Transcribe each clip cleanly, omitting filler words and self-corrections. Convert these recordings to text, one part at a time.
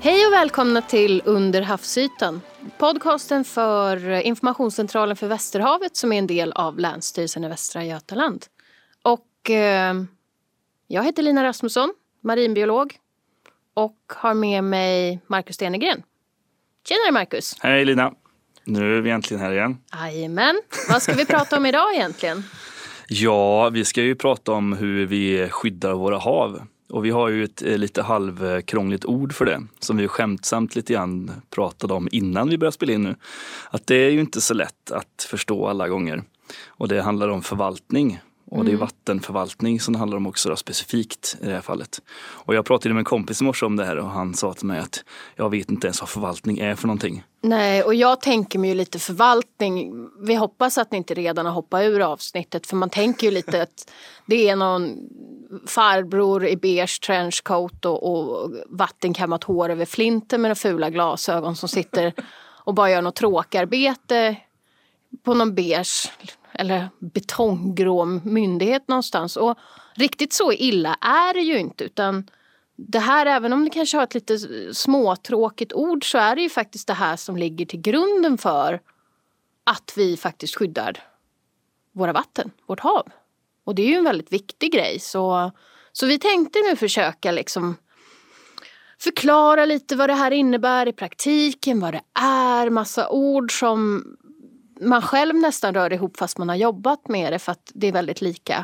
Hej och välkomna till Under havsytan, podcasten för Informationscentralen för Västerhavet som är en del av Länsstyrelsen i Västra Götaland. Och jag heter Lina Rasmusson, marinbiolog, och har med mig Marcus Stenegren. Tjenare Marcus! Hej Lina! Nu är vi äntligen här igen. Jajamän! Vad ska vi prata om idag egentligen? Ja, vi ska ju prata om hur vi skyddar våra hav. Och vi har ju ett lite halvkrångligt ord för det som vi skämtsamt lite grann pratade om innan vi började spela in nu. Att det är ju inte så lätt att förstå alla gånger. Och det handlar om förvaltning. Och det är vattenförvaltning som det handlar om också då, specifikt i det här fallet. Och jag pratade med en kompis i morse om det här och han sa till mig att jag vet inte ens vad förvaltning är för någonting. Nej, och jag tänker mig ju lite förvaltning. Vi hoppas att ni inte redan har hoppat ur avsnittet, för man tänker ju lite att det är någon farbror i beige trenchcoat och vattenkammat hår över flinten med fula glasögon som sitter och bara gör något tråkarbete på någon beige eller betonggrå myndighet någonstans. Och riktigt så illa är det ju inte, utan det här, även om det kanske har ett lite småtråkigt ord, så är det ju faktiskt det här som ligger till grunden för att vi faktiskt skyddar våra vatten, vårt hav. Och det är ju en väldigt viktig grej. Så vi tänkte nu försöka liksom förklara lite vad det här innebär i praktiken, vad det är, massa ord som man själv nästan rör ihop fast man har jobbat med det, för att det är väldigt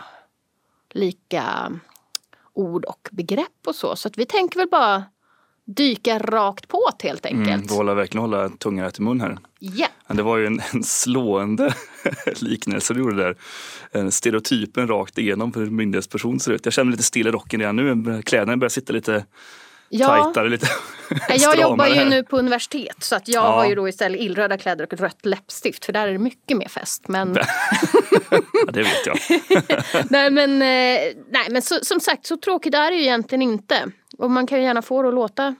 lika ord och begrepp och så. Så att vi tänker väl bara dyka rakt på det helt enkelt. Verkligen hålla tungan rätt i mun här. Yeah. Det var ju en slående liknelse du gjorde där. Stereotypen rakt igenom för hur myndighetsperson ser ut. Jag känner mig lite still i rocken redan nu. Kläderna börjar sitta lite tajtare, lite jag jobbar ju nu på universitet, så att jag har ju då istället illröda kläder och ett rött läppstift, för där är det mycket mer fest. Men ja, det vet jag. nej men som sagt, så tråkigt är det ju egentligen inte. Och man kan ju gärna få det att låta,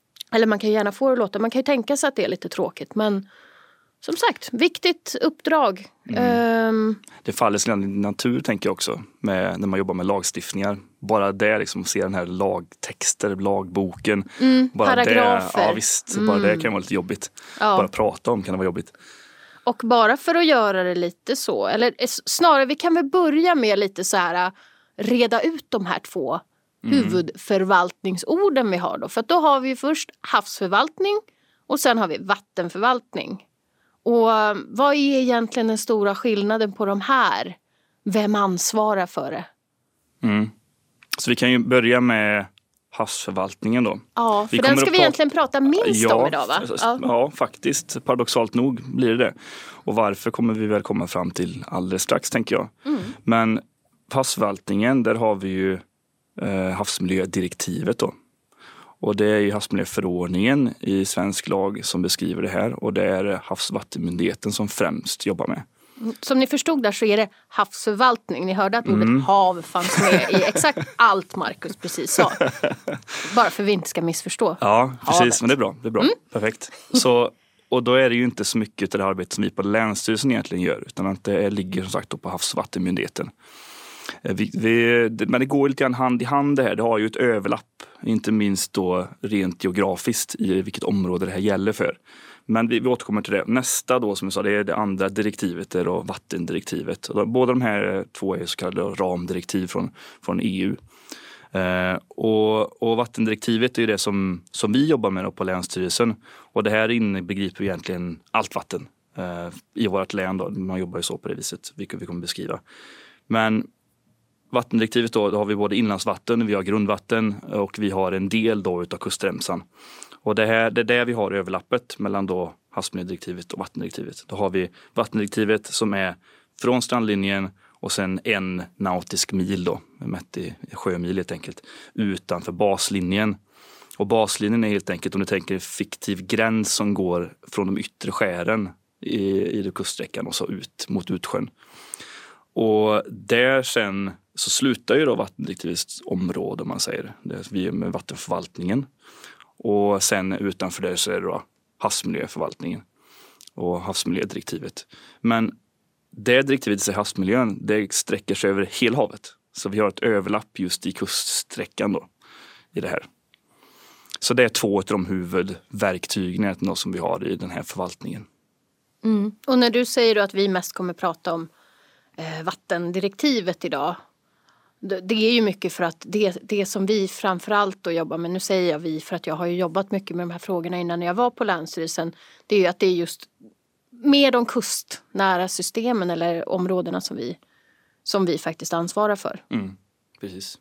man kan ju tänka sig att det är lite tråkigt, men som sagt, viktigt uppdrag. Det faller sin natur, tänker jag också, när man jobbar med lagstiftningar. Bara det, liksom, se den här lagtexter, lagboken. Bara paragrafer. Det, ja visst, bara det kan vara lite jobbigt. Ja. Bara prata om kan det vara jobbigt. Och bara för att göra det lite så, eller snarare vi kan väl börja med lite så här, reda ut de här två huvudförvaltningsorden vi har då. För att då har vi först havsförvaltning och sen har vi vattenförvaltning. Och vad är egentligen den stora skillnaden på de här? Vem ansvarar för det? Så vi kan ju börja med havsförvaltningen då. Ja, för den ska vi egentligen prata minst om idag, va? Ja, faktiskt. Paradoxalt nog blir det. Och varför kommer vi väl komma fram till alldeles strax, tänker jag. Men havsförvaltningen, där har vi ju havsmiljödirektivet då. Och det är ju havsmiljöförordningen i svensk lag som beskriver det här. Och det är Havsvattenmyndigheten som främst jobbar med. Som ni förstod där så är det havsförvaltning. Ni hörde att ordet hav fanns med i exakt allt Marcus precis sa. Bara för vi inte ska missförstå. Ja, precis. Havet. Men det är bra. Perfekt. Och då är det ju inte så mycket av det arbete som vi på Länsstyrelsen egentligen gör. Utan att det ligger som sagt då på Havsvattenmyndigheten. Men det går lite grann hand i hand det här. Det har ju ett överlapp. Inte minst då rent geografiskt i vilket område det här gäller för. Men vi återkommer till det. Nästa då, som jag sa, det är det andra direktivet, det är då vattendirektivet. Och båda de här två är så kallade ramdirektiv från EU. Och vattendirektivet är ju det som vi jobbar med då på Länsstyrelsen. Och det här inbegriper egentligen allt vatten i vårt län då. Man jobbar ju så på det viset, vilket vi kommer beskriva. Men vattendirektivet då har vi både inlandsvatten, vi har grundvatten och vi har en del då utav kustremsan. Och det är där vi har överlappet mellan då havsmiljödirektivet och vattendirektivet. Då har vi vattendirektivet som är från strandlinjen och sen 1 nautisk mil då, mätt i sjömil helt enkelt, utanför baslinjen. Och baslinjen är helt enkelt, om du tänker, en fiktiv gräns som går från de yttre skären i kuststräckan och så ut mot utsjön. Och där sen så slutar ju då vattendirektivets område, om man säger. Vi är med vattenförvaltningen. Och sen utanför det så är det då havsmiljöförvaltningen och havsmiljödirektivet. Men det direktivet i havsmiljön, det sträcker sig över hela havet. Så vi har ett överlapp just i kuststräckan då, i det här. Så det är 2 av de huvudverktygen som vi har i den här förvaltningen. Och när du säger då att vi mest kommer prata om vattendirektivet idag, det är ju mycket för att det som vi framförallt då jobbar med, nu säger jag vi för att jag har ju jobbat mycket med de här frågorna innan jag var på Länsstyrelsen, det är ju att det är just med de kustnära systemen eller områdena som vi faktiskt ansvarar för. Precis.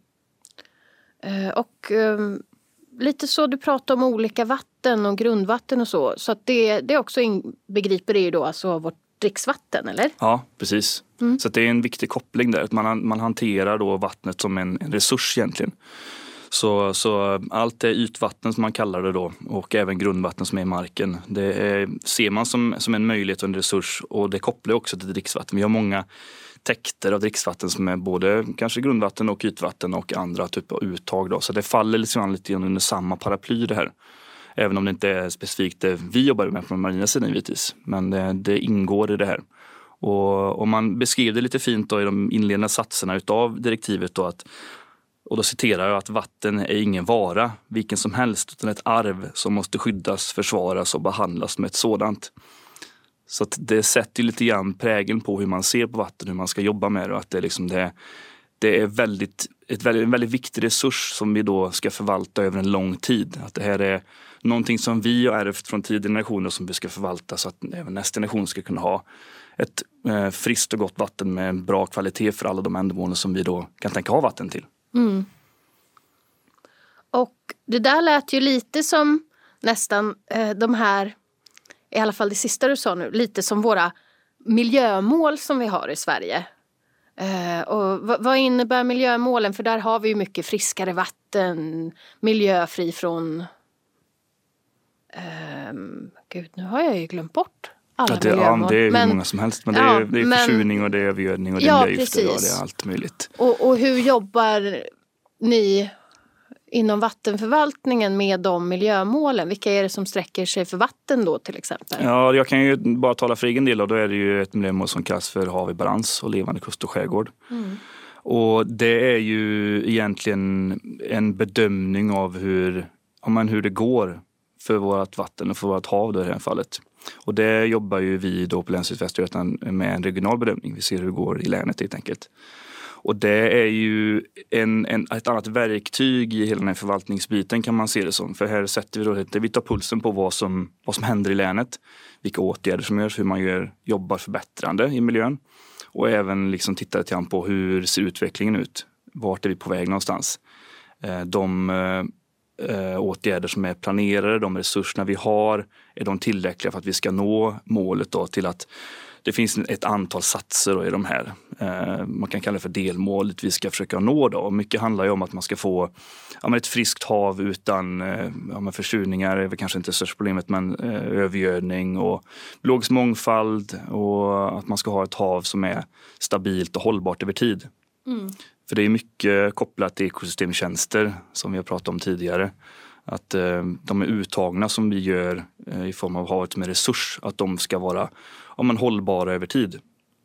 Och lite så, du pratar om olika vatten och grundvatten och så att det också begriper det ju då alltså vårt dricksvatten, eller? Ja, precis. Så att det är en viktig koppling där. Att man hanterar då vattnet som en resurs egentligen. Så allt är ytvatten som man kallar det då och även grundvatten som är i marken. Det ser man som en möjlighet och en resurs och det kopplar också till dricksvatten. Vi har många täkter av dricksvatten som är både kanske grundvatten och ytvatten och andra typer av uttag då. Så det faller lite under samma paraply det här. Även om det inte är specifikt det vi jobbar med från marina sidan givetvis. Men det ingår i det här. Och man beskrev det lite fint då i de inledande satserna utav direktivet då och då citerar jag att vatten är ingen vara, vilken som helst, utan ett arv som måste skyddas, försvaras och behandlas med ett sådant. Så att det sätter lite grann prägeln på hur man ser på vatten, hur man ska jobba med det och att det är en väldigt viktig resurs som vi då ska förvalta över en lång tid. Att det här är någonting som vi har ärvt från tidigare generationer som vi ska förvalta så att även nästa generation ska kunna ha ett friskt och gott vatten med en bra kvalitet för alla de ändamål som vi då kan tänka ha vatten till. Och det där lät ju lite som nästan de här, i alla fall det sista du sa nu, lite som våra miljömål som vi har i Sverige. Och vad innebär miljömålen? För där har vi ju mycket friskare vatten, miljöfri från... Gud, nu har jag ju glömt bort alla miljömål. Det är hur många som helst, men det är försurning och det är övergödning och det är miljögifter och det är allt möjligt. Och hur jobbar ni inom vattenförvaltningen med de miljömålen? Vilka är det som sträcker sig för vatten då till exempel? Ja, jag kan ju bara tala för egen del och då är det ju ett miljömål som kallas för hav i balans och levande kust och skärgård. Och det är ju egentligen en bedömning av hur det går för vårt vatten och för vårt hav då i det här fallet. Och det jobbar ju vi då på Länsstyrelsen Västergötland med en regional bedömning. Vi ser hur det går i länet helt enkelt. Och det är ju ett annat verktyg i hela den här förvaltningsbiten kan man se det som. För här sätter vi då vi tar pulsen på vad som händer i länet. Vilka åtgärder som görs, hur man jobbar förbättrande i miljön. Och även liksom tittar lite grann på hur ser utvecklingen ut. Vart är vi på väg någonstans? De åtgärder som är planerade, de resurserna vi har, är de tillräckliga för att vi ska nå målet då till att det finns ett antal satser då i de här. Man kan kalla det för delmålet vi ska försöka nå då. Och mycket handlar ju om att man ska få ett friskt hav utan försurningar är väl kanske inte det största problemet, men övergödning och biologisk mångfald och att man ska ha ett hav som är stabilt och hållbart över tid. För det är mycket kopplat till ekosystemtjänster som vi har pratat om tidigare. Att de är uttagna som vi gör i form av havet med resurs, att de ska vara hållbara över tid.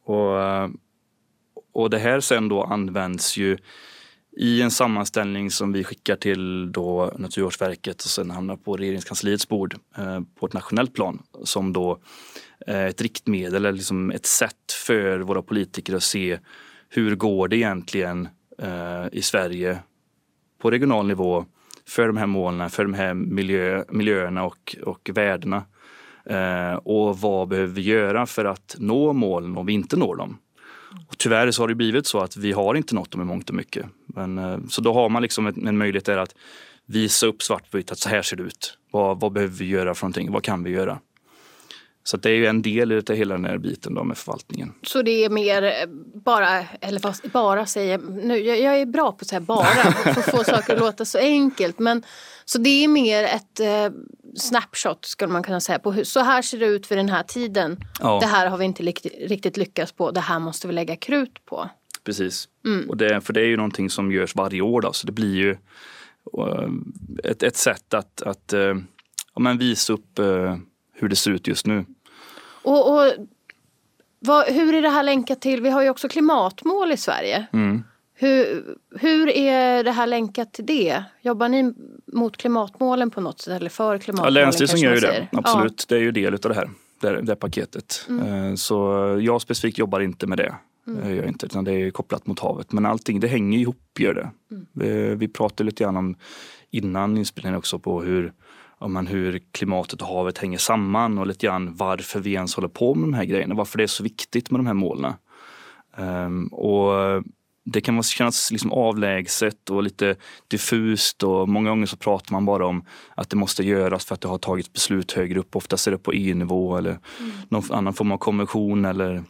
Och det här sen då används ju i en sammanställning som vi skickar till då Naturvårdsverket och sen hamnar på regeringskansliets bord på ett nationellt plan som då ett riktmedel eller liksom ett sätt för våra politiker att se hur går det egentligen i Sverige på regional nivå för de här målen, för de här miljöerna och värdena. Och vad behöver vi göra för att nå målen om vi inte når dem? Och tyvärr så har det blivit så att vi har inte nått dem i mångt och mycket. Så då har man liksom en möjlighet där att visa upp svart på vitt att så här ser det ut. Vad behöver vi göra för någonting? Vad kan vi göra? Så det är ju en del av hela den här biten då med förvaltningen. Så det är mer bara säga, nu, jag är bra på att säga bara, för att få saker att låta så enkelt. Men, så det är mer ett snapshot skulle man kunna säga på hur, så här ser det ut för den här tiden. Ja. Det här har vi inte riktigt lyckats på, det här måste vi lägga krut på. Precis, och för det är ju någonting som görs varje år då, så det blir ju ett sätt att visa upp hur det ser ut just nu. Och hur är det här länkat till? Vi har ju också klimatmål i Sverige. Hur är det här länkat till det? Jobbar ni mot klimatmålen på något sätt eller för klimatmålen? Ja, Länsstyrelsen gör ju det, säger. absolut. Ja. Det är ju del av det här paketet. Så jag specifikt jobbar inte med det. Jag gör inte, utan det är kopplat mot havet. Men allting, det hänger ihop, gör det. Vi pratade lite grann om innan inspelningen också på hur klimatet och havet hänger samman och lite grann varför vi ens håller på med de här grejerna. Varför det är så viktigt med de här målen. Och det kan kännas liksom avlägset och lite diffust och många gånger så pratar man bara om att det måste göras för att det har tagits beslut högre upp. Oftast är det på EU-nivå eller någon annan form av konvention eller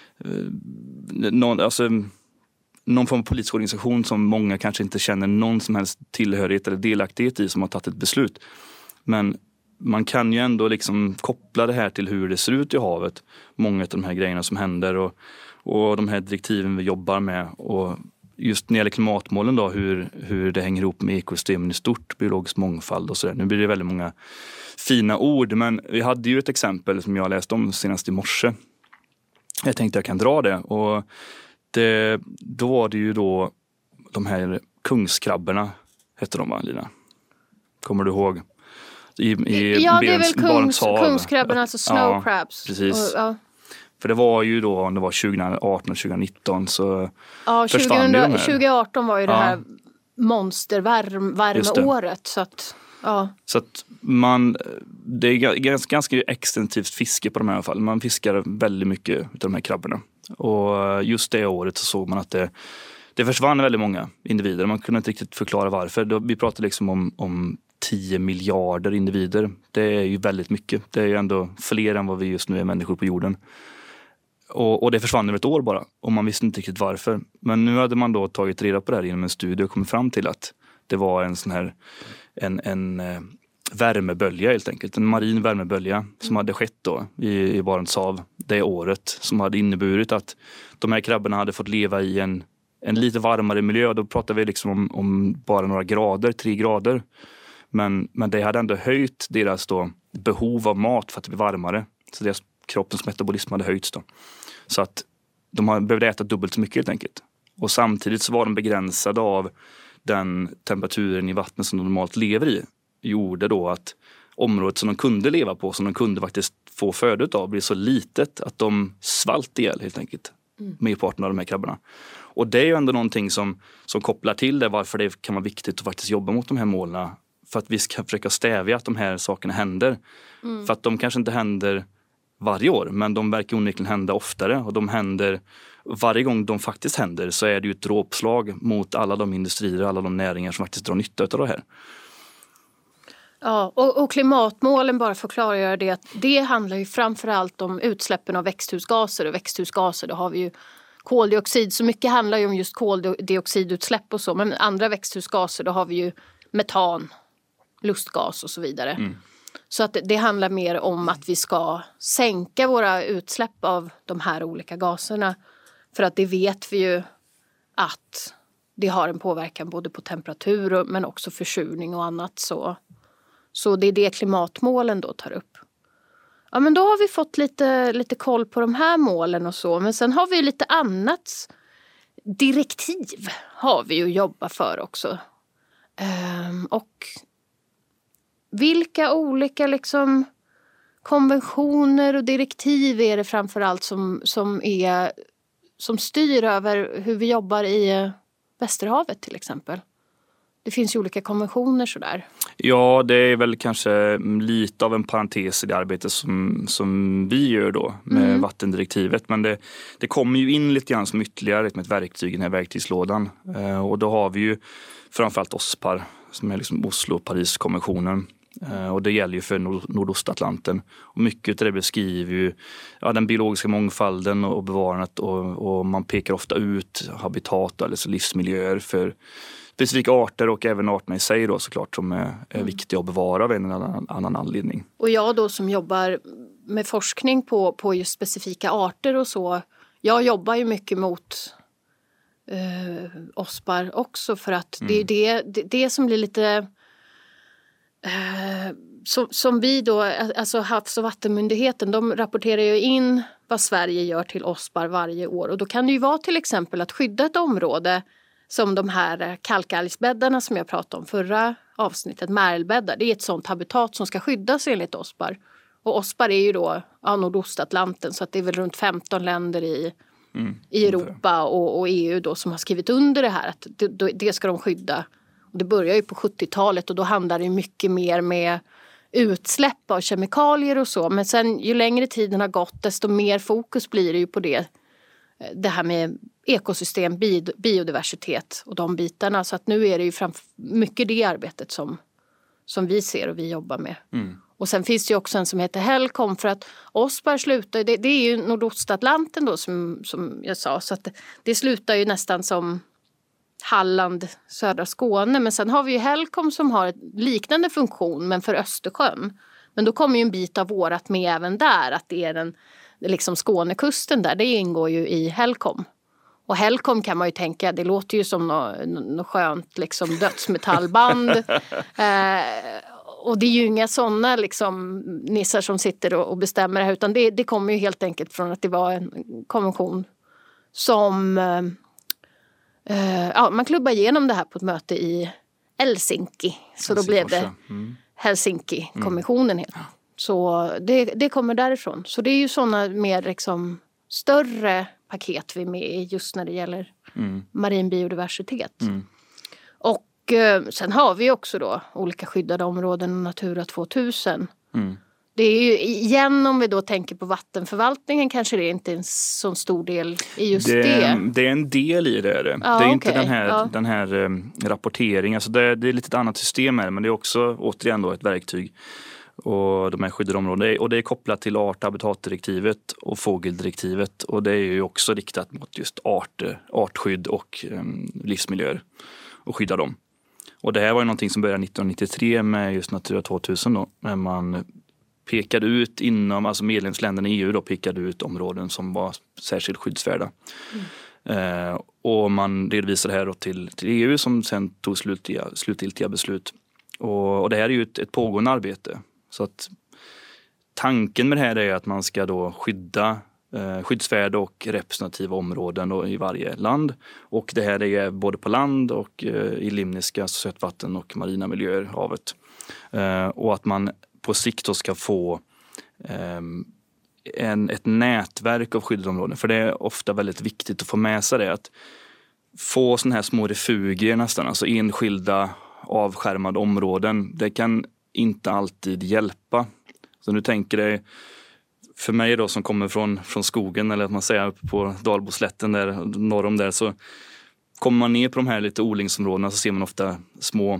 någon form av politisk organisation som många kanske inte känner någon som helst tillhörighet eller delaktighet i som har tagit ett beslut. Men man kan ju ändå liksom koppla det här till hur det ser ut i havet. Många av de här grejerna som händer och de här direktiven vi jobbar med. Och just när det gäller klimatmålen då, hur det hänger ihop med ekosystemen i stort, biologisk mångfald och sådär. Nu blir det väldigt många fina ord, men vi hade ju ett exempel som jag läste om senast i morse. Jag tänkte jag kan dra det. Och då var det ju då de här kungskrabborna, hette de va, Lina? Kommer du ihåg? Ja, det är väl kungskrabborna, alltså snow crabs. Precis. Ja. För det var ju då, om det var 2018 och 2019 så försvann 2018 var ju det här monstervärmeåret. Så att det är ganska extensivt fiske på de här fall. Man fiskar väldigt mycket av de här krabborna. Och just det året så såg man att det försvann väldigt många individer. Man kunde inte riktigt förklara varför. Vi pratade liksom om 10 miljarder individer. Det är ju väldigt mycket. Det är ju ändå fler än vad vi just nu är människor på jorden. Och det försvann över ett år bara. Och man visste inte riktigt varför. Men nu hade man då tagit reda på det här genom en studie och kommit fram till att det var en sån här en värmebölja helt enkelt. En marin värmebölja som hade skett då i Barents hav det året. Som hade inneburit att de här krabborna hade fått leva i en lite varmare miljö. Då pratar vi liksom om bara några grader, 3 grader. Men det hade ändå höjt deras då behov av mat för att det blir varmare. Så deras kroppens metabolism hade höjts då. Så att de behövde äta dubbelt så mycket helt enkelt. Och samtidigt så var de begränsade av den temperaturen i vattnet som de normalt lever i. Gjorde då att området som de kunde leva på, som de kunde faktiskt få födet av, blev så litet att de svalt ihjäl helt enkelt. Merparten av de här krabborna. Och det är ju ändå någonting som kopplar till det, varför det kan vara viktigt att faktiskt jobba mot de här målen. För att vi ska försöka stävja att de här sakerna händer. För att de kanske inte händer varje år, men de verkar onekligen hända oftare. Och de händer, varje gång de faktiskt händer så är det ju ett dråpslag mot alla de industrier, alla de näringar som faktiskt drar nytta av det här. Ja, och klimatmålen, bara för att klargöra det, att det handlar ju framförallt om utsläppen av växthusgaser. Och växthusgaser, då har vi ju koldioxid. Så mycket handlar ju om just koldioxidutsläpp och så. Men andra växthusgaser, då har vi ju metan, lustgas och så vidare. Så att det handlar mer om att vi ska sänka våra utsläpp av de här olika gaserna. För att det vet vi ju att det har en påverkan både på temperatur men också försurning och annat. Så det är det klimatmålen då tar upp. Ja, men då har vi fått lite koll på de här målen och så. Men sen har vi lite annat direktiv har vi ju jobbat för också. Och vilka olika liksom konventioner och direktiv är det framförallt som styr över hur vi jobbar i Västerhavet till exempel? Det finns ju olika konventioner sådär. Ja, det är väl kanske lite av en parentes i det arbete som vi gör då med vattendirektivet. Men det kommer ju in lite grann som ytterligare ett verktyg i den här verktygslådan. Och då har vi ju framförallt OSPAR som är liksom Oslo-Paris-konventionen. Och det gäller ju för Nordostatlanten. Och mycket av det beskriver ju den biologiska mångfalden och bevarandet. Och man pekar ofta ut habitat eller så livsmiljöer för specifika arter och även arterna i sig då såklart som är viktiga att bevara av en eller annan anledning. Och jag då som jobbar med forskning på just specifika arter och så. Jag jobbar ju mycket mot OSPAR också för att det är det som blir lite... Som vi då, alltså Havs- och vattenmyndigheten, de rapporterar ju in vad Sverige gör till OSPAR varje år. Och då kan det ju vara till exempel att skydda ett område som de här kalkalgsbäddarna som jag pratade om förra avsnittet, märlbäddar. Det är ett sånt habitat som ska skyddas enligt OSPAR. Och OSPAR är ju då Nordostatlanten, så att det är väl runt 15 länder i Europa och EU då som har skrivit under det här. Att det ska de skydda. Och det börjar ju på 70-talet och då handlar det mycket mer med utsläpp av kemikalier och så. Men sen ju längre tiden har gått desto mer fokus blir det ju på det här med ekosystem, biodiversitet och de bitarna. Så att nu är det ju mycket det arbetet som vi ser och vi jobbar med. Och sen finns det ju också en som heter HELCOM för att OSPAR slutar, det är ju Nordostatlanten då som jag sa. Så att det slutar ju nästan som Halland, södra Skåne. Men sen har vi ju HELCOM som har ett liknande funktion men för Östersjön. Men då kommer ju en bit av vårat med även där. Att det är liksom Skånekusten där, det ingår ju i HELCOM. Och HELCOM kan man ju tänka, det låter ju som något skönt liksom dödsmetallband. Och det är ju inga sådana liksom nissar som sitter och bestämmer det här. Utan det kommer ju helt enkelt från att det var en konvention som... man klubbade igenom det här på ett möte i Helsinki. Så då blev det Helsinki-kommissionen helt. Så det kommer därifrån. Så det är ju sådana mer liksom större paket vi är med i just när det gäller marin biodiversitet. Och sen har vi också då olika skyddade områden och Natura 2000. Det är ju igen, om vi då tänker på vattenförvaltningen, kanske det är inte en så stor del i just det. Det är en del i det. Ja, det är inte den här rapporteringen. Alltså det är lite ett annat system här, men det är också återigen då ett verktyg. Och de här skyddade områdena. Och det är kopplat till art- och habitatdirektivet och fågeldirektivet. Och det är ju också riktat mot just artskydd och livsmiljöer. Och skydda dem. Och det här var ju någonting som började 1993 med just Natura 2000 då. När man pekade ut inom, alltså medlemsländerna i EU då pekade ut områden som var särskilt skyddsvärda. Och man redovisade det här då till EU som sen tog slutgiltiga beslut. Och det här är ju ett pågående arbete. Så att tanken med det här är att man ska då skydda skyddsvärda och representativa områden då i varje land. Och det här är både på land och i limniska, sötvatten och marina miljöer, havet. Och att man på sikt då ska få ett nätverk av skyddade områden. För det är ofta väldigt viktigt att få med sig det. Att få såna här små refugier nästan, alltså enskilda avskärmade områden. Det kan inte alltid hjälpa. Så nu tänker dig, för mig då som kommer från skogen, eller att man säger uppe på Dalboslätten där, norr om där, så kommer man ner på de här lite odlingsområdena så ser man ofta små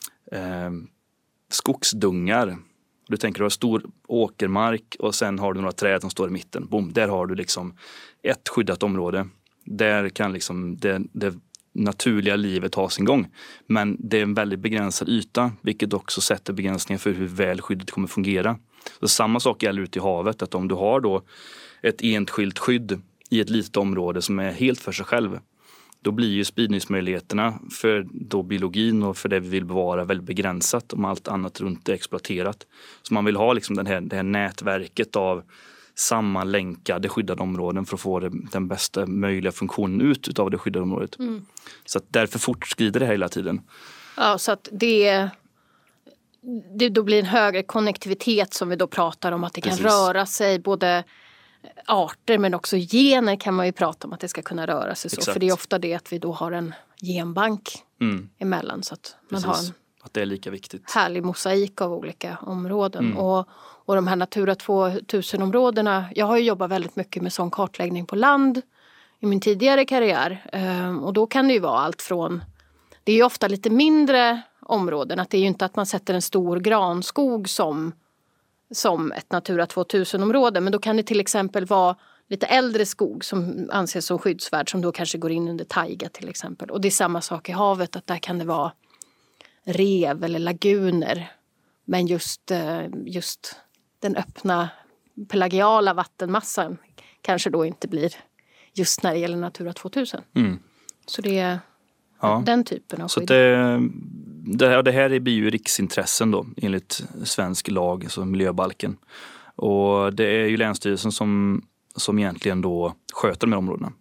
skogsdungar. Du tänker du har stor åkermark och sen har du några träd som står i mitten. Boom, där har du liksom ett skyddat område. Där kan liksom det naturliga livet ha sin gång. Men det är en väldigt begränsad yta, vilket också sätter begränsningar för hur väl skyddet kommer fungera. Så samma sak gäller ute i havet, att om du har då ett enskilt skydd i ett litet område som är helt för sig själv, då blir ju spridningsmöjligheterna för då biologin och för det vi vill bevara väldigt begränsat om allt annat runt är exploaterat. Så man vill ha liksom det här nätverket av sammanlänkade skyddade områden för att få den bästa möjliga funktionen ut av det skyddade området. Så att därför fortskrider det här hela tiden. Ja, så att det då blir en högre konnektivitet som vi då pratar om, att det kan röra sig både arter men också gener kan man ju prata om att det ska kunna röra sig så. Exakt. För det är ofta det att vi då har en genbank emellan, så att man har en att det är lika viktigt. Härlig mosaik av olika områden. Och de här Natura 2000-områdena, jag har ju jobbat väldigt mycket med sån kartläggning på land i min tidigare karriär. Och då kan det ju vara allt från, det är ju ofta lite mindre områden, att det är ju inte att man sätter en stor granskog som ett Natura 2000-område. Men då kan det till exempel vara lite äldre skog som anses som skyddsvärd, som då kanske går in under taiga till exempel. Och det är samma sak i havet, att där kan det vara rev eller laguner. Men just den öppna pelagiala vattenmassan kanske då inte blir just när det gäller Natura 2000. Så det är den typen av skydd. Så det här blir ju riksintressen då enligt svensk lag, alltså miljöbalken. Och det är ju Länsstyrelsen som egentligen då sköter de här områdena.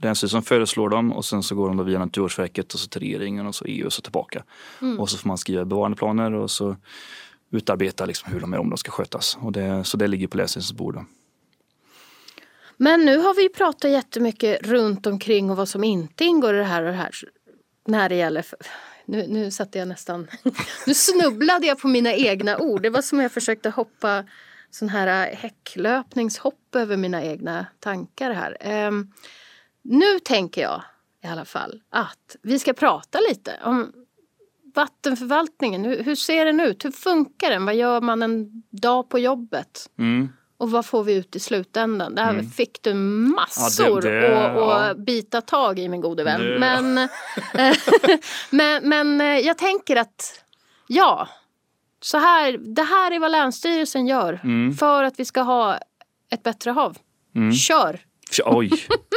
Länsstyrelsen föreslår dem och sen så går de då via Naturvårdsverket och så till regeringen och så EU och så tillbaka. Och så får man skriva bevarandeplaner och så utarbeta liksom hur de ska skötas. Så det ligger på Länsstyrelsens bord då. Men nu har vi ju pratat jättemycket runt omkring och vad som inte ingår i det här och det här. När det gäller... Nu satte jag nästan... Nu snubblade jag på mina egna ord. Det var som jag försökte hoppa sån här häcklöpningshopp över mina egna tankar här. Nu tänker jag i alla fall att vi ska prata lite om vattenförvaltningen. Hur ser den ut? Hur funkar den? Vad gör man en dag på jobbet? Och vad får vi ut i slutändan? Där fick du massor att bita tag i, min gode vän. Men jag tänker att det här är vad Länsstyrelsen gör för att vi ska ha ett bättre hav. Kör! Oj.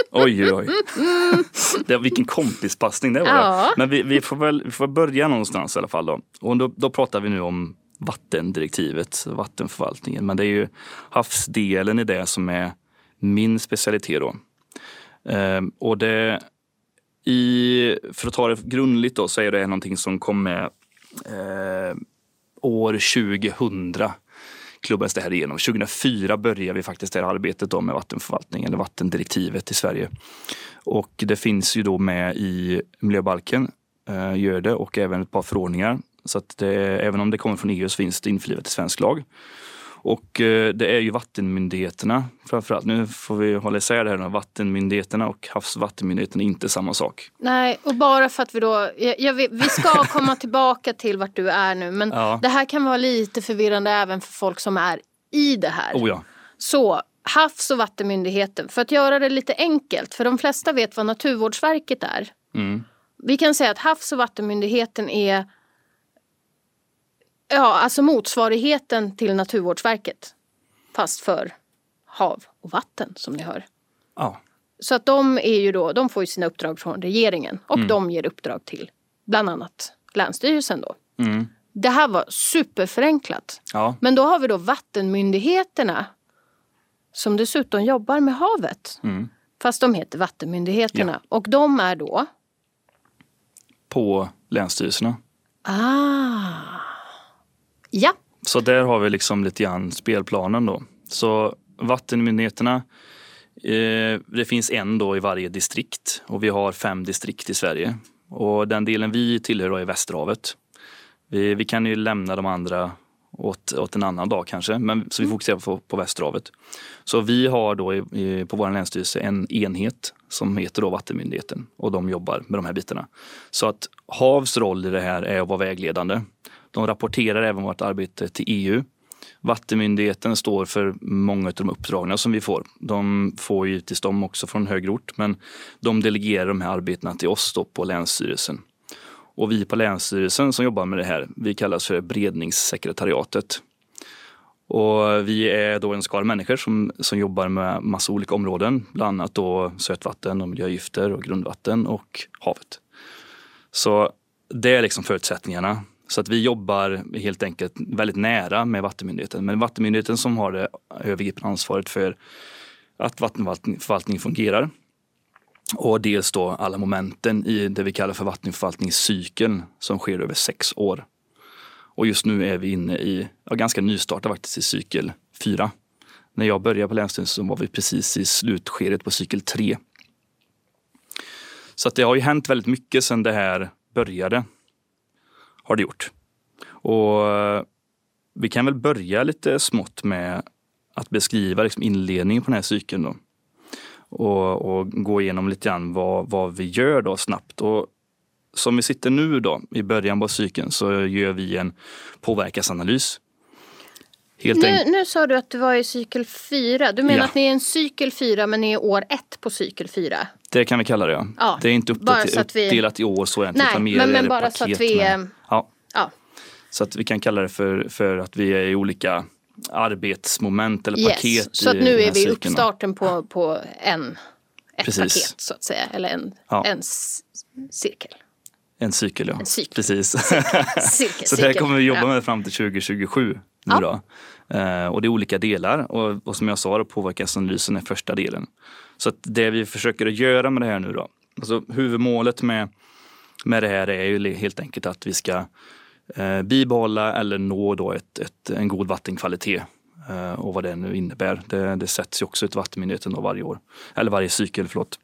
Vilken kompispassning det var. Ja. Men vi får börja någonstans i alla fall då. Och då pratar vi nu om vattendirektivet, vattenförvaltningen. Men det är ju havsdelen i det som är min specialitet då. Och för att ta det grundligt då, så är det någonting som kom med år 2000 klubbades det här igenom. 2004 började vi faktiskt det här arbetet då med vattenförvaltning eller vattendirektivet i Sverige. Och det finns ju då med i miljöbalken, gör det, och även ett par förordningar. Så att även om det kommer från EU så finns det införlivat i svensk lag. Och det är ju vattenmyndigheterna framförallt. Nu får vi hålla isär det här. Vattenmyndigheterna och havsvattenmyndigheterna är inte samma sak. Nej, och bara för att vi då... vi ska komma tillbaka till vart du är nu. Men det här kan vara lite förvirrande även för folk som är i det här. Oh ja. Så, havs- och vattenmyndigheten. För att göra det lite enkelt. För de flesta vet vad Naturvårdsverket är. Vi kan säga att havs- och vattenmyndigheten är... Ja, alltså motsvarigheten till Naturvårdsverket. Fast för hav och vatten, som ni hör. Ja. Så att de får ju sina uppdrag från regeringen. Och de ger uppdrag till bland annat Länsstyrelsen då. Det här var superförenklat. Ja. Men då har vi då vattenmyndigheterna. Som dessutom jobbar med havet. Fast de heter vattenmyndigheterna. Ja. Och de är då? På länsstyrelserna. Ja. Så där har vi liksom lite grann spelplanen då. Så vattenmyndigheterna, det finns en då i varje distrikt. Och vi har 5 distrikt i Sverige. Och den delen vi tillhör då är Västerhavet. Vi kan ju lämna de andra åt en annan dag kanske. Så vi fokuserar på Västerhavet. Så vi har då på vår länsstyrelse en enhet som heter då Vattenmyndigheten. Och de jobbar med de här bitarna. Så att havs roll i det här är att vara vägledande. De rapporterar även vårt arbete till EU. Vattenmyndigheten står för många av de uppdragna som vi får. De får ju givetvis dem också från högre ort, men de delegerar de här arbetena till oss då på Länsstyrelsen. Och vi på Länsstyrelsen som jobbar med det här, vi kallas för beredningssekretariatet. Och vi är då en skara människor som jobbar med massa olika områden, bland annat då sötvatten och miljögifter och grundvatten och havet. Så det är liksom förutsättningarna. Så att vi jobbar helt enkelt väldigt nära med Vattenmyndigheten. Men Vattenmyndigheten som har det övergripande ansvaret för att vattenförvaltningen fungerar. Och dels då alla momenten i det vi kallar för vattenförvaltningscykeln som sker över 6 år. Och just nu är vi inne i, ganska nystartat faktiskt, i cykel 4. När jag började på Länsstyrelsen så var vi precis i slutskedet på cykel 3. Så att det har ju hänt väldigt mycket sedan det här började. Har det gjort. Och vi kan väl börja lite smått med att beskriva liksom inledningen på den här cykeln då. Och gå igenom lite grann vad vi gör då snabbt. Och som vi sitter nu då i början på cykeln så gör vi en påverkansanalys. Nu sa du att du var i cykel 4. Du menar att ni är en cykel 4 men ni är år 1 på cykel 4? Det kan vi kalla det, ja. Det är inte uppdelat i år så egentligen. Nej, men bara så att vi... Ja. Så att vi kan kalla det för att vi är i olika arbetsmoment eller paket. Så att nu är vi i uppstarten på ett Precis. Paket så att säga. Eller en cirkel. En cykel, ja. En cykel. Precis. Cirkel. Så det här kommer vi jobba med fram till 2027 nu då. Och det är olika delar. Och som jag sa, påverkansanalysen är första delen. Så att det vi försöker göra med det här nu då, alltså huvudmålet med det här är ju helt enkelt att vi ska bibehålla eller nå då en god vattenkvalitet. Och vad det nu innebär. Det sätts ju också ut Vattenmyndigheten då varje år. Eller varje cykel, förlåt.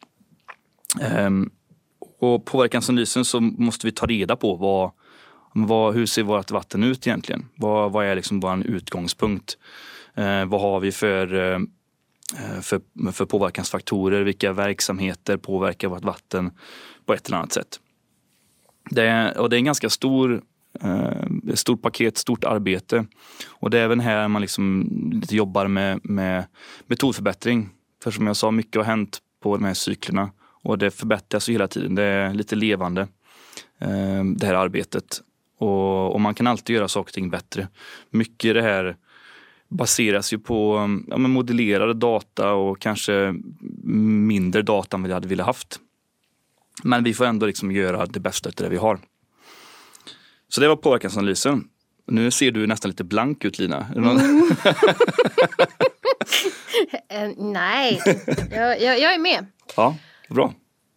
Och påverkansanalysen så måste vi ta reda på hur ser vårt vatten ut egentligen? Vad är liksom vår utgångspunkt? Vad har vi för påverkansfaktorer? Vilka verksamheter påverkar vårt vatten på ett eller annat sätt? Det är en ganska stort paket, stort arbete. Och det är även här man liksom lite jobbar med metodförbättring. För som jag sa, mycket har hänt på de här cyklerna. Och det förbättras ju hela tiden. Det är lite levande, det här arbetet. Och man kan alltid göra saker och ting bättre. Mycket det här baseras ju på modellerade data och kanske mindre data än vi hade velat haft. Men vi får ändå liksom göra det bästa av det vi har. Så det var påverkansanalysen. Nu ser du nästan lite blank ut, Lina. Nej, jag är med. Ja, bra.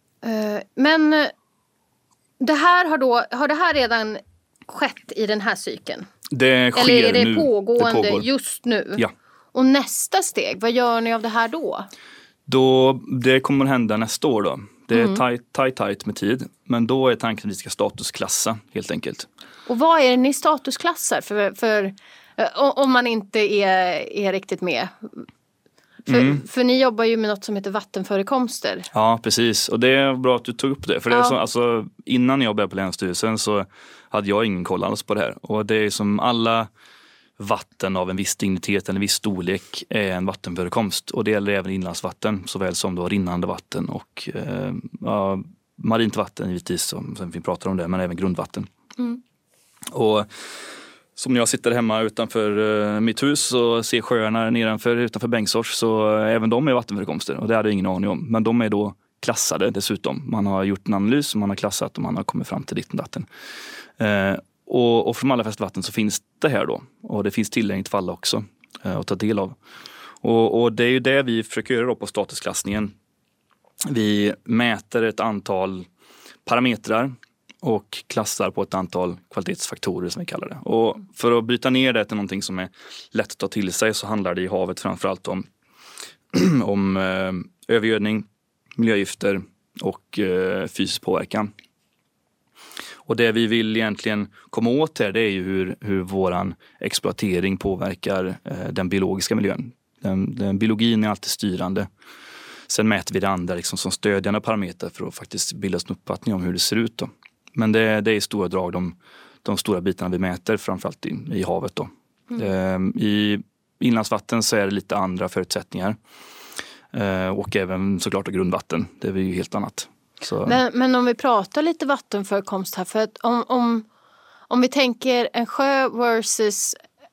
Men det här har det här redan skett i den här cykeln? Det sker eller är det nu. pågående Det pågår just nu? Ja. Och nästa steg, vad gör ni av det här då? Det kommer att hända nästa år då. Det är tajt med tid. Men då är tanken att vi ska statusklassa helt enkelt. Och vad är det ni statusklassar för om man inte är riktigt med? För ni jobbar ju med något som heter vattenförekomster. Ja, precis. Och det är bra att du tog upp det. För det är så, alltså, innan jag började på Länsstyrelsen så hade jag ingen koll alls på det här. Och det är som alla vatten av en viss dignitet eller en viss storlek är en vattenförekomst. Och det gäller även inlandsvatten såväl som då rinnande vatten och marint vatten givetvis som vi pratar om det, men även grundvatten. Och som jag sitter hemma utanför mitt hus och ser sjöarna utanför Bengtsfors, så även de är vattenförekomster och det hade jag ingen aning om. Men de är då klassade dessutom. Man har gjort en analys, man har klassat och man har kommit fram till ditt vatten. Och för de allra flesta vatten så finns det här då. Och det finns tillgängligt för alla också att ta del av. Och det är ju det vi försöker göra då på statusklassningen. Vi mäter ett antal parametrar och klassar på ett antal kvalitetsfaktorer som vi kallar det. Och för att bryta ner det till någonting som är lätt att ta till sig så handlar det i havet framförallt om övergödning, miljögifter och fysisk påverkan. Och det vi vill egentligen komma åt här, det är ju hur våran exploatering påverkar den biologiska miljön. Den biologin är alltid styrande. Sen mäter vi det andra liksom som stödjande parametrar för att faktiskt bilda oss en uppfattning om hur det ser ut då. Men det är i stora drag de stora bitarna vi mäter, framförallt i havet då. I inlandsvatten så är det lite andra förutsättningar. Och även såklart grundvatten, det är ju helt annat. Så. Men om vi pratar lite vattenförekomst här, för att om vi tänker en sjö versus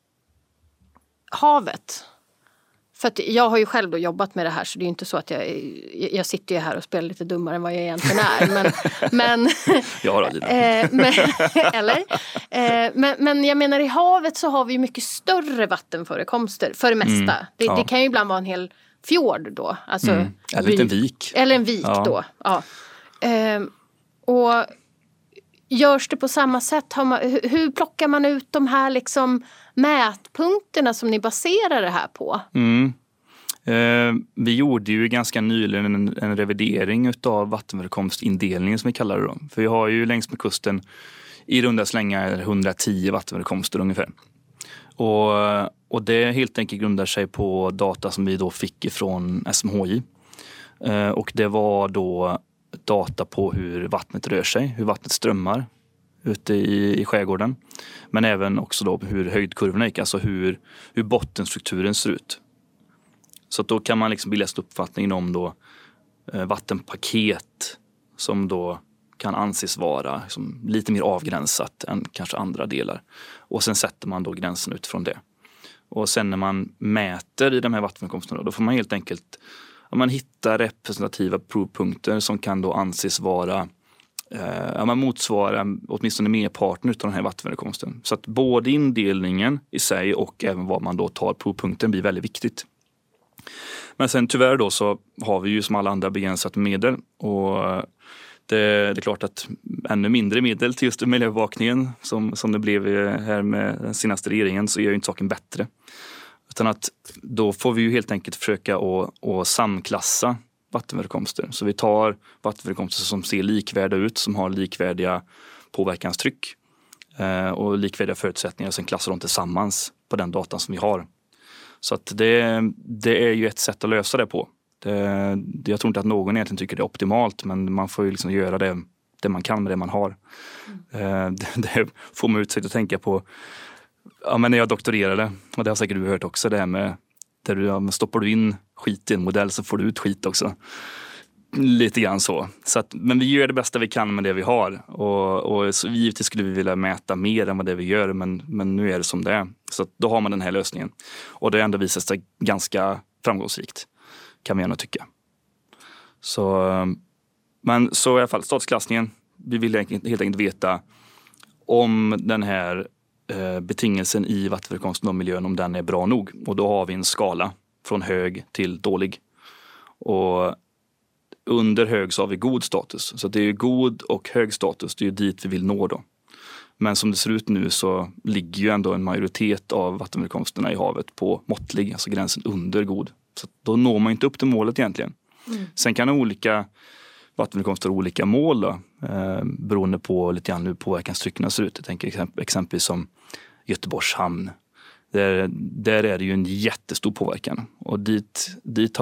havet. För att jag har ju själv då jobbat med det här, så det är ju inte så att jag sitter ju här och spelar lite dummare än vad jag egentligen är. Men jag då, Lina. Men jag menar, i havet så har vi ju mycket större vattenförekomster för det mesta. Det kan ju ibland vara en hel fjord då. Alltså, eller en liten vik. Eller en vik då, ja. Och görs det på samma sätt? Hur plockar man ut de här liksom mätpunkterna som ni baserar det här på? Vi gjorde ju ganska nyligen en revidering av vattenförekomstindelningen som vi kallar det då. För vi har ju längs med kusten i runda slängar 110 vattenförekomster ungefär. Och det helt enkelt grundar sig på data som vi då fick ifrån SMHI. Och det var då data på hur vattnet rör sig, hur vattnet strömmar ute i skärgården. Men även också då hur höjdkurvorna gick, alltså hur bottenstrukturen ser ut. Så då kan man liksom bilda en uppfattning om då vattenpaket som då kan anses vara liksom lite mer avgränsat än kanske andra delar. Och sen sätter man då gränsen utifrån det. Och sen när man mäter i de här vattenförekomsterna då får man helt enkelt hitta representativa provpunkter som kan då anses vara man motsvarar åtminstone merparten av den här vattenförekomsten. Så att både indelningen i sig och även vad man då tar provpunkten blir väldigt viktigt. Men sen tyvärr då så har vi ju som alla andra begränsat medel, och det är klart att ännu mindre medel till just miljöövervakningen som det blev här med den senaste regeringen, så gör ju inte saken bättre. Utan att då får vi ju helt enkelt försöka att samklassa vattenförekomster. Så vi tar vattenförekomster som ser likvärda ut, som har likvärdiga påverkanstryck och likvärdiga förutsättningar, och sen klassar de tillsammans på den datan som vi har. Så att det är ju ett sätt att lösa det på. Jag tror inte att någon egentligen tycker det är optimalt, men man får ju liksom göra det man kan med det man har. Det får man utsikt att tänka på. Ja, men när jag doktorerade, och det har säkert du hört också, det här med där stoppar du in skit i en modell så får du ut skit också. Lite grann så. Men vi gör det bästa vi kan med det vi har. Och så givetvis skulle vi vilja mäta mer än vad det vi gör, men nu är det som det är. Så då har man den här lösningen. Och det ändå visar sig ganska framgångsrikt, kan vi gärna tycka. Men så i alla fall, statusklassningen. Vi vill helt enkelt veta om den här betingelsen i vattenförekomsten och miljön, om den är bra nog. Och då har vi en skala från hög till dålig. Och under hög så har vi god status. Så det är god och hög status, det är dit vi vill nå då. Men som det ser ut nu så ligger ju ändå en majoritet av vattenförekomsterna i havet på måttlig, alltså gränsen under god. Så då når man inte upp till målet egentligen. Sen kan olika vattenförekomster ha olika mål då, beroende på lite grann hur påverkanstrycken ser ut. Jag tänker exempelvis som Göteborgs hamn. Där är det ju en jättestor påverkan. Och dit har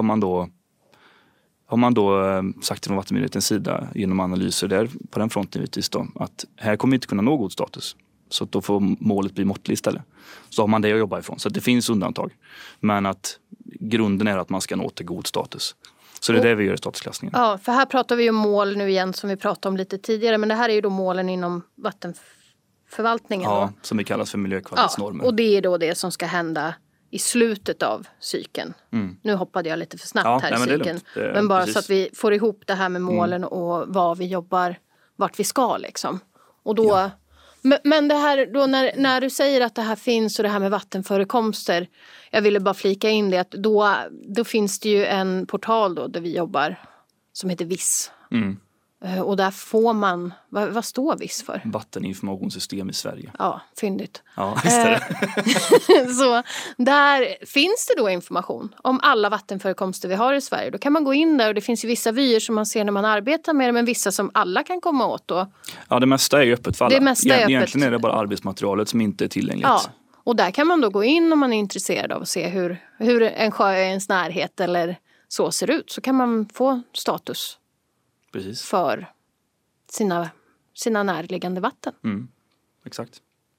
man då sagt från Vattenmyndighetens sida genom analyser där på den fronten givetvis då, att här kommer vi inte kunna nå god status. Så då får målet bli måttligt istället. Så har man det att jobba ifrån. Så det finns undantag. Men att grunden är att man ska nå till god status. Så det är det vi gör i statusklassningen. Ja, för här pratar vi om mål nu igen som vi pratade om lite tidigare. Men det här är ju då målen inom vattenförvaltningen. Ja, som vi kallas för miljökvalitetsnormer. Ja, och det är då det som ska hända i slutet av cykeln. Nu hoppade jag lite för snabbt här i cykeln. Men bara precis. Så att vi får ihop det här med målen och vad vi jobbar, vart vi ska liksom. Och då... Ja. Men det här då när du säger att det här finns och det här med vattenförekomster, jag ville bara flika in det att då finns det ju en portal då där vi jobbar som heter VIS. Och där får man, vad står VIS för? Vatteninformationssystem i Sverige. Ja, fyndigt. Ja, visst är det. Så där finns det då information om alla vattenförekomster vi har i Sverige. Då kan man gå in där och det finns ju vissa vyer som man ser när man arbetar med det, men vissa som alla kan komma åt då. Ja, det mesta är ju öppet för alla. Egentligen är det bara arbetsmaterialet som inte är tillgängligt. Ja, och där kan man då gå in om man är intresserad av att se hur en sjö i ens närhet eller så ser ut. Så kan man få status. Precis. För sina närliggande vatten. Exakt.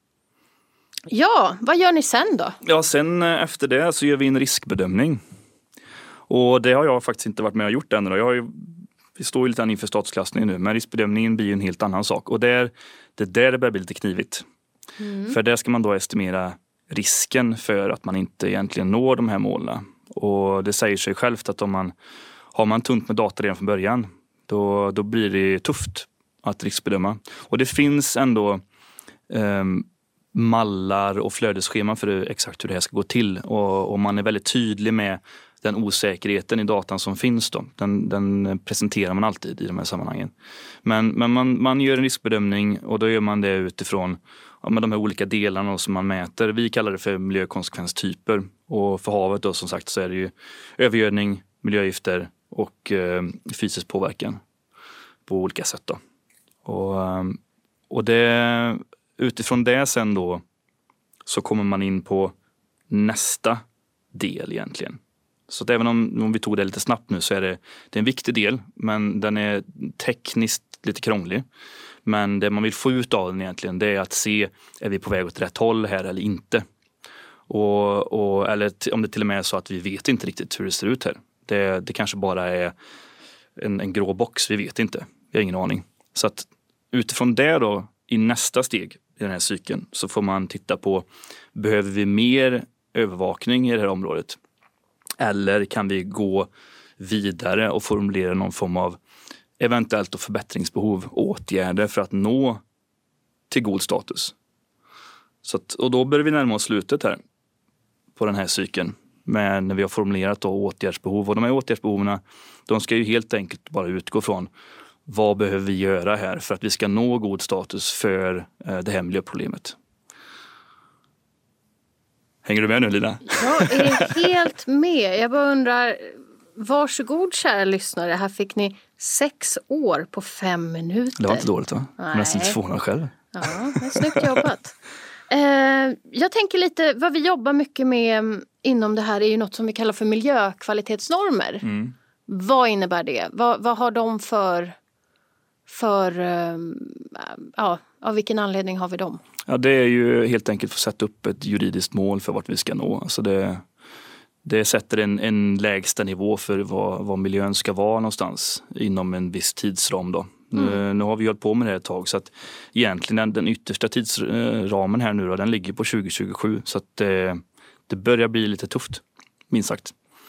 Ja, vad gör ni sen då? Ja, sen efter det så gör vi en riskbedömning. Och det har jag faktiskt inte varit med och gjort än. Vi står ju lite inför statusklassningen nu, men riskbedömningen blir ju en helt annan sak. Och det börjar bli lite knivigt. För där ska man då estimera risken för att man inte egentligen når de här målen. Och det säger sig självt att har man tunt med data redan från början, då blir det tufft att riskbedöma. Och det finns ändå mallar och flödesscheman för exakt hur det här ska gå till. Och man är väldigt tydlig med den osäkerheten i datan som finns då. Den presenterar man alltid i de här sammanhangen. Men man gör en riskbedömning och då gör man det utifrån med de här olika delarna som man mäter. Vi kallar det för miljökonsekvenstyper. Och för havet då som sagt så är det ju övergödning, miljögifter och fysisk påverkan på olika sätt då. Och det, utifrån det sen då så kommer man in på nästa del egentligen. Så att även om vi tog det lite snabbt nu så är det är en viktig del, men den är tekniskt lite krånglig. Men det man vill få ut av den egentligen, det är att se, är vi på väg åt rätt håll här eller inte? Eller om det till och med är så att vi vet inte riktigt hur det ser ut här. Det kanske bara är en grå box, vi vet inte. Vi har ingen aning. Så att utifrån det då, i nästa steg i den här cykeln, så får man titta på, behöver vi mer övervakning i det här området? Eller kan vi gå vidare och formulera någon form av eventuellt förbättringsbehov, åtgärder för att nå till god status? Och då börjar vi närma oss slutet här på den här cykeln. när vi har formulerat då åtgärdsbehov. Och de här åtgärdsbehoven, de ska ju helt enkelt bara utgå från vad behöver vi göra här för att vi ska nå god status för det här miljöproblemet. Hänger du med nu, Lina? Jag är helt med. Jag bara undrar, varsågod kära lyssnare, här fick ni 6 år på 5 minuter. Det var inte dåligt, va? Jag är nästan lite förvånad själv. Ja, det är snyggt jobbat. Jag tänker lite, vad vi jobbar mycket med inom det här är ju något som vi kallar för miljökvalitetsnormer. Vad innebär det? Vad har de av vilken anledning har vi dem? Ja, det är ju helt enkelt för att sätta upp ett juridiskt mål för vart vi ska nå. Alltså det sätter en lägsta nivå för vad miljön ska vara någonstans inom en viss tidsram då. Nu har vi hållit på med det ett tag, så att egentligen den yttersta tidsramen här nu då, den ligger på 2027, så att det börjar bli lite tufft, minst sagt.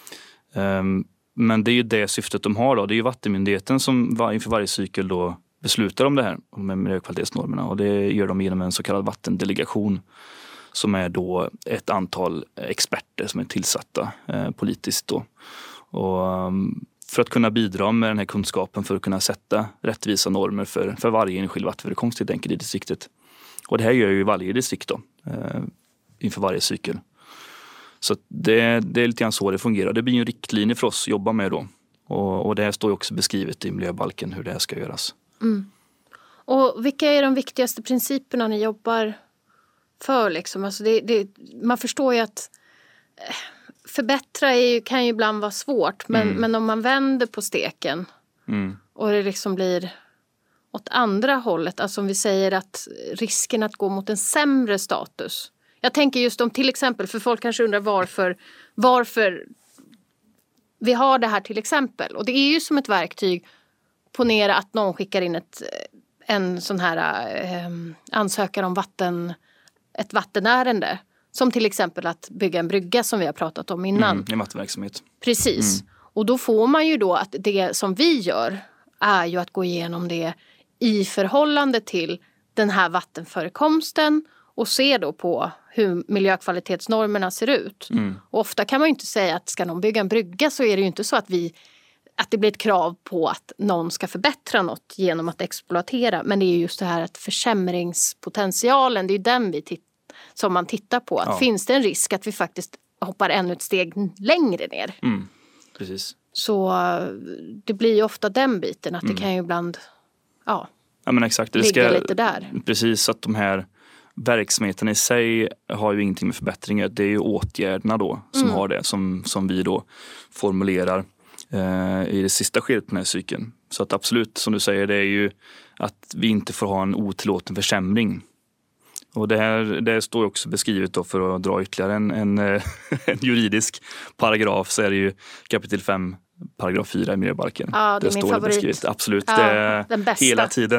Men det är ju det syftet de har då. Det är ju Vattenmyndigheten som inför varje cykel då beslutar om det här, om miljökvalitetsnormerna, och det gör de genom en så kallad vattendelegation som är då ett antal experter som är tillsatta politiskt då. Och för att kunna bidra med den här kunskapen för att kunna sätta rättvisa normer för varje enskild vattenförekomst helt enkelt i distriktet. Och det här gör ju varje distrikt då inför varje cykel. Så det är lite grann så det fungerar. Det blir ju en riktlinje för oss att jobba med då. Och det här står ju också beskrivet i miljöbalken hur det här ska göras. Och vilka är de viktigaste principerna ni jobbar för liksom? Alltså man förstår ju att förbättra kan ju ibland vara svårt. Men om man vänder på steken och det liksom blir åt andra hållet. Alltså om vi säger att risken att gå mot en sämre status. Jag tänker just om till exempel, för folk kanske undrar varför vi har det här till exempel. Och det är ju som ett verktyg. Ponera att någon skickar in en sån här ansökan om ett vattenärende. Som till exempel att bygga en brygga som vi har pratat om innan. En vattenverksamhet. Precis. Och då får man ju då att det som vi gör är ju att gå igenom det i förhållande till den här vattenförekomsten. Och se då på hur miljökvalitetsnormerna ser ut. Och ofta kan man ju inte säga att ska någon bygga en brygga så är det ju inte så att det blir ett krav på att någon ska förbättra något genom att exploatera. Men det är just det här att försämringspotentialen, det är ju den som man tittar på. Att finns det en risk att vi faktiskt hoppar ännu ett steg längre ner? Precis. Så det blir ju ofta den biten att det kan ju ibland men exakt. ligga lite där. Precis, att de här verksamheten i sig har ju ingenting med förbättringar. Det är ju åtgärderna då som har det, som vi då formulerar i det sista skedet på den här cykeln. Så att absolut, som du säger, det är ju att vi inte får ha en otillåten försämring. Och det står ju också beskrivet då, för att dra ytterligare en juridisk paragraf, så är det ju kapitel 5, paragraf 4 i miljöbalken. Ja, det är min favorit. Beskrivet. Absolut, ja, det är den bästa. Hela tiden.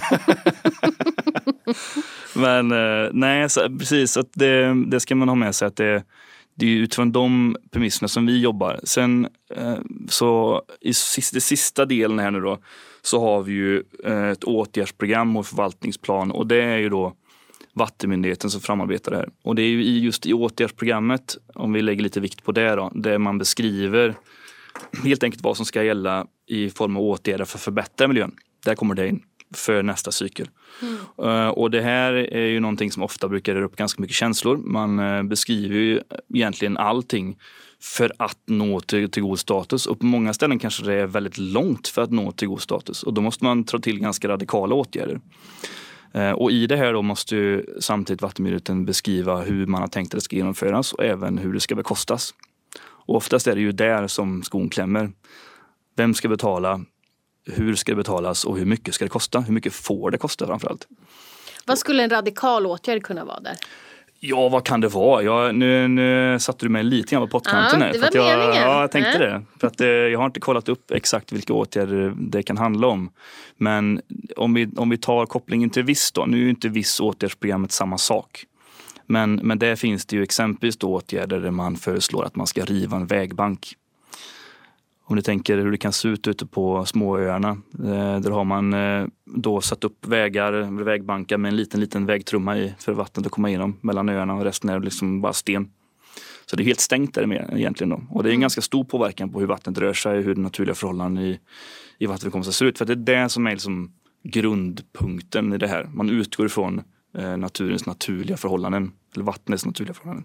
Men nej, precis, att det ska man ha med sig, att det är utifrån de premisserna som vi jobbar. Sen så i det sista delen här nu då, så har vi ju ett åtgärdsprogram och förvaltningsplan, och det är ju då Vattenmyndigheten som framarbetar det här. Och det är ju just i åtgärdsprogrammet, om vi lägger lite vikt på det då, där man beskriver helt enkelt vad som ska gälla i form av åtgärder för att förbättra miljön. Där kommer det in för nästa cykel. Och det här är ju någonting som ofta brukar röra upp ganska mycket känslor. Man beskriver ju egentligen allting för att nå till god status. Och på många ställen kanske det är väldigt långt för att nå till god status. Och då måste man ta till ganska radikala åtgärder. Och i det här då måste ju samtidigt Vattenmyndigheten beskriva hur man har tänkt att det ska genomföras och även hur det ska bekostas. Och oftast är det ju där som skon klämmer. Vem ska betala? Hur ska det betalas och hur mycket ska det kosta? Hur mycket får det kosta framförallt? Vad skulle en radikal åtgärd kunna vara där? Ja, vad kan det vara? Nu satte du mig lite grann på pottkanten här. Det var meningen. Jag tänkte det. För att jag har inte kollat upp exakt vilka åtgärder det kan handla om. Men om vi tar kopplingen till viss då. Nu är ju inte viss åtgärdsprogrammet samma sak. Men där finns det ju exempelvis då åtgärder där man föreslår att man ska riva en vägbank. Om du tänker hur det kan se ut ute på småöarna. Där har man då satt upp vägbankar med en liten vägtrumma i för vattnet att komma igenom mellan öarna, och resten är liksom bara sten. Så det är helt stängt där med egentligen då. Och det är en ganska stor påverkan på hur vattnet rör sig, hur naturliga förhållanden i vattenkomsten ser ut. För det är det som är liksom grundpunkten i det här. Man utgår ifrån naturens naturliga förhållanden, eller vattnets naturliga förhållanden.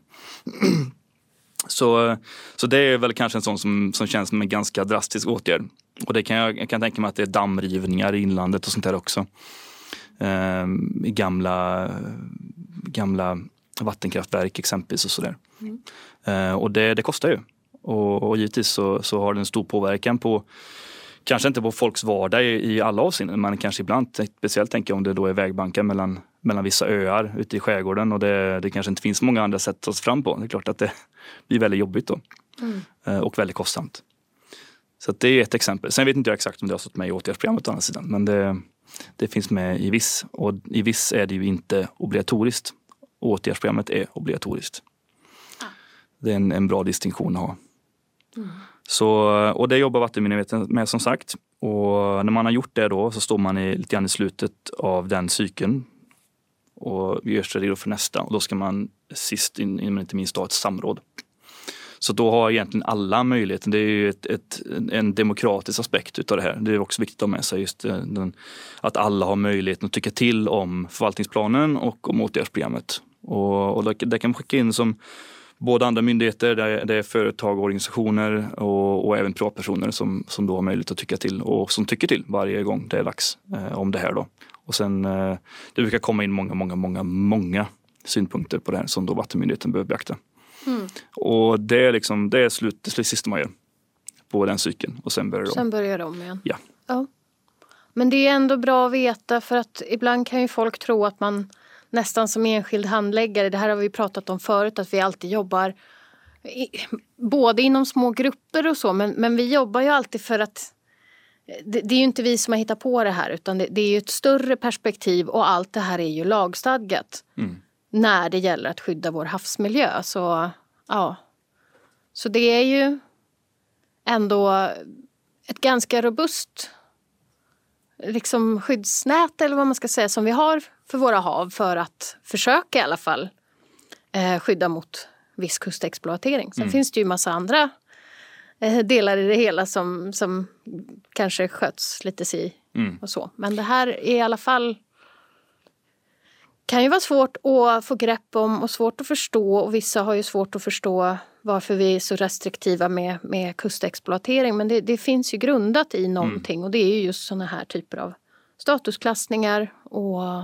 Så det är väl kanske en sån som känns som en ganska drastisk åtgärd. Och det jag kan tänka mig att det är dammrivningar i inlandet och sånt där också. I gamla vattenkraftverk exempelvis och sådär. Och det kostar ju. Och givetvis så har det en stor påverkan på, kanske inte på folks vardag i alla avseenden, men kanske ibland, speciellt tänker jag om det då är vägbankar mellan vissa öar ute i skärgården och det kanske inte finns många andra sätt att ta sig fram på. Det är klart att det blir väldigt jobbigt då. Och väldigt kostsamt. Så att det är ett exempel. Sen vet inte jag exakt om det har stått med i åtgärdsprogrammet å andra sidan, men det finns med i viss. Och i viss är det ju inte obligatoriskt. Åtgärdsprogrammet är obligatoriskt. Det är en bra distinktion att ha. Och det jobbar Vattenmyndigheten med som sagt. Och när man har gjort det då så står man lite grann i slutet av den cykeln. Och vi gör sig redo för nästa. Och då ska man sist men inte minst ha ett samråd. Så då har egentligen alla möjligheter. Det är ju en demokratisk aspekt utav det här. Det är också viktigt att ha med sig just att alla har möjlighet att tycka till om förvaltningsplanen och om åtgärdsprogrammet. Och det kan man skicka in som både andra myndigheter, det är företag och organisationer och även privatpersoner som då har möjlighet att tycka till och som tycker till varje gång det är dags om det här då. Och sen det brukar komma in många synpunkter på det här som då Vattenmyndigheten behöver beakta. Och det är det sista man gör på den cykeln och sen börjar de igen. Ja. Men det är ändå bra att veta, för att ibland kan ju folk tro att man nästan som enskild handläggare, det här har vi pratat om förut, att vi alltid jobbar både inom små grupper och så, men vi jobbar ju alltid för att det är ju inte vi som har hittat på det här, utan det är ju ett större perspektiv och allt det här är ju lagstadgat när det gäller att skydda vår havsmiljö. Så det är ju ändå ett ganska robust liksom skyddsnät eller vad man ska säga som vi har för våra hav för att försöka i alla fall skydda mot viss kustexploatering. Sen finns det ju massa andra delar i det hela som kanske sköts lite och så. Men det här är i alla fall kan ju vara svårt att få grepp om och svårt att förstå, och vissa har ju svårt att förstå varför vi är så restriktiva med kustexploatering. Men det finns ju grundat i någonting och det är ju just såna här typer av statusklassningar och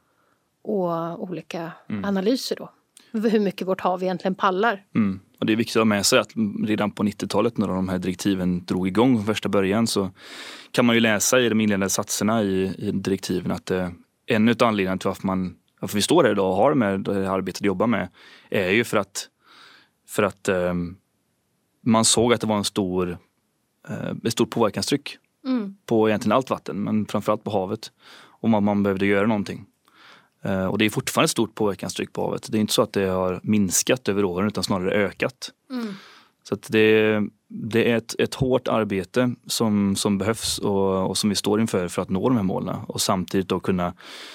olika analyser då. Hur mycket vårt hav egentligen pallar. Och det är viktigt att ha med sig att redan på 90-talet när de här direktiven drog igång från första början så kan man ju läsa i de inledande satserna i direktiven att en av anledningarna till varför vi står här idag och har med det här arbetet att jobba med är ju för att man såg att det var ett stort påverkanstryck på egentligen allt vatten, men framförallt på havet, och man behövde göra någonting. Och det är fortfarande ett stort påverkanstryck på havet. Det är inte så att det har minskat över åren utan snarare ökat. Så att det är ett hårt arbete som behövs och som vi står inför för att nå de här målen och samtidigt då kunna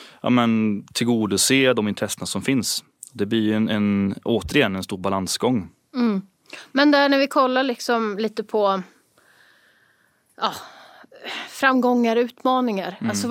tillgodose de intressen som finns. Det blir återigen en stor balansgång. Men där när vi kollar liksom lite på framgångar, utmaningar. Alltså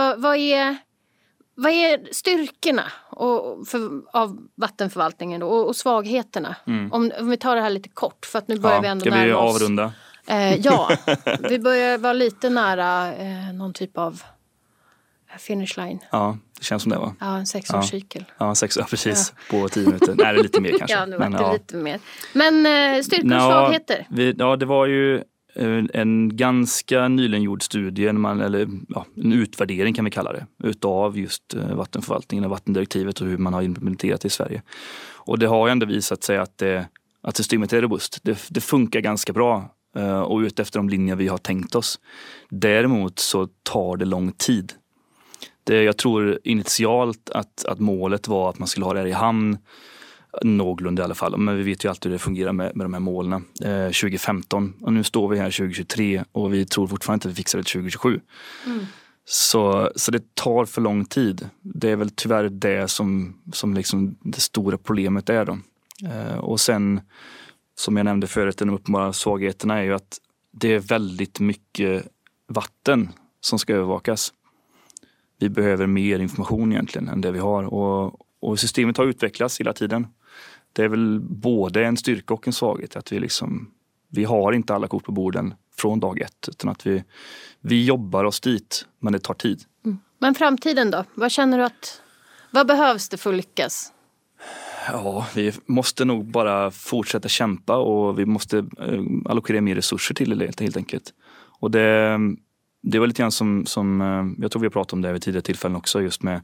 vad är styrkorna av vattenförvaltningen då, och svagheterna? Om vi tar det här lite kort, för att nu börjar vi ändå närma oss. Ska vi avrunda? Vi börjar vara lite nära någon typ av finish line. Ja, det känns som det, va? Ja, en 6-årscykel. Ja, precis. På 10 minuter. Nej, det är lite mer kanske. Ja, nu var det lite mer. Men styrkor och svagheter? Det var ju en ganska nyligen gjord studie, en utvärdering kan vi kalla det, utav just vattenförvaltningen och vattendirektivet och hur man har implementerat det i Sverige. Och det har ändå visat sig att systemet är robust. Det funkar ganska bra och ut efter de linjer vi har tänkt oss. Däremot så tar det lång tid. Jag tror initialt att målet var att man skulle ha det här i hamn någorlunda i alla fall. Men vi vet ju alltid hur det fungerar med de här målen 2015. Och nu står vi här 2023 och vi tror fortfarande inte att vi fixar det 2027. Så det tar för lång tid. Det är väl tyvärr det som liksom det stora problemet är då. Och sen, som jag nämnde förut, de uppenbara svagheterna är ju att det är väldigt mycket vatten som ska övervakas. Vi behöver mer information egentligen än det vi har. Och systemet har utvecklats hela tiden. Det är väl både en styrka och en svaghet. Att vi har inte alla kort på borden från dag ett. Utan att vi jobbar oss dit, men det tar tid. Mm. Men framtiden då? Vad känner du vad behövs det för att lyckas? Ja, vi måste nog bara fortsätta kämpa och vi måste allokera mer resurser till det helt enkelt. Och det var lite grann som jag tror vi har pratat om det vid tidigare tillfällen också, just med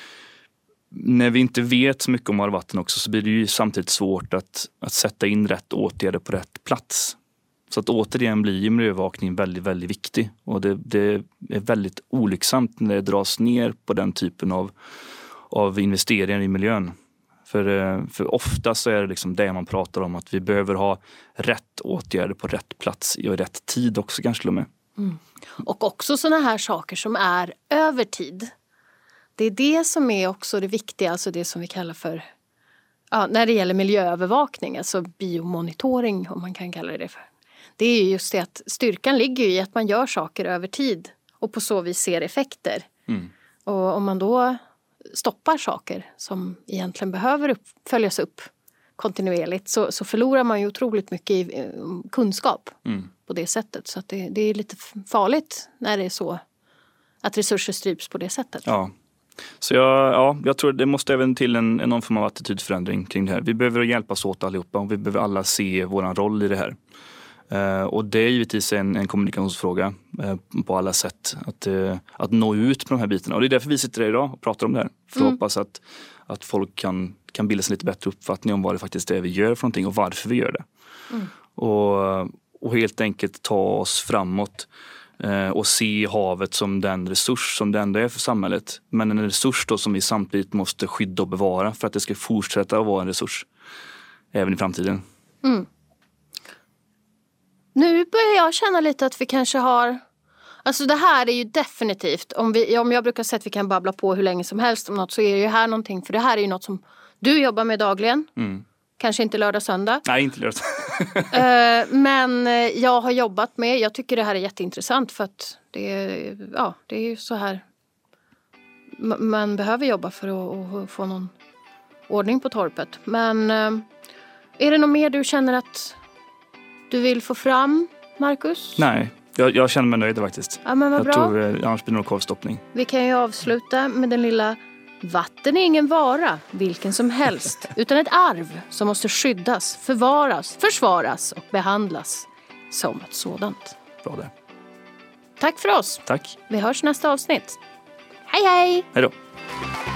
när vi inte vet så mycket om våra vatten också, så blir det ju samtidigt svårt att sätta in rätt åtgärder på rätt plats. Så att återigen blir ju miljöövervakning väldigt, väldigt viktig. Och det är väldigt olycksamt när det dras ner på den typen av investeringar i miljön. För ofta så är det liksom det man pratar om, att vi behöver ha rätt åtgärder på rätt plats i rätt tid också kanske till och med. Mm. Och också sådana här saker som är över tid. Det är det som är också det viktiga, alltså det som vi kallar för, när det gäller miljöövervakning, alltså biomonitoring om man kan kalla det för. Det är ju just det att styrkan ligger i att man gör saker över tid och på så vis ser effekter. Mm. Och om man då stoppar saker som egentligen behöver följas upp kontinuerligt så förlorar man ju otroligt mycket kunskap på det sättet. Så att det är lite farligt när det är så att resurser stryps på det sättet. Ja. Så jag tror det måste även till någon form av attitydförändring kring det här. Vi behöver hjälpas åt allihopa och vi behöver alla se våran roll i det här. Och det är givetvis en kommunikationsfråga på alla sätt att nå ut på de här bitarna. Och det är därför vi sitter här idag och pratar om det här. För att hoppas att folk kan bilda sig lite bättre uppfattning om vad det faktiskt är vi gör för någonting och varför vi gör det. Och helt enkelt ta oss framåt och se havet som den resurs som det ändå är för samhället. Men en resurs då som vi samtidigt måste skydda och bevara för att det ska fortsätta att vara en resurs även i framtiden. Mm. Nu börjar jag känna lite att vi kanske har... Alltså det här är ju definitivt... Om jag brukar säga att vi kan babbla på hur länge som helst om något, så är det ju här någonting. För det här är ju något som du jobbar med dagligen. Mm. Kanske inte lördag söndag. Nej, inte lördag. Men jag har jobbat med... Jag tycker det här är jätteintressant för att det är ju så här... Man behöver jobba för att få någon ordning på torpet. Men är det något mer du känner att... du vill få fram, Marcus? Nej, jag känner mig nöjd faktiskt. Ja, men vad bra. Jag tror annars blir det nog korvstoppning. Vi kan ju avsluta med den lilla: vatten är ingen vara, vilken som helst, utan ett arv som måste skyddas, förvaras, försvaras och behandlas som ett sådant. Bra det. Tack för oss. Tack. Vi hörs nästa avsnitt. Hej hej! Hej då.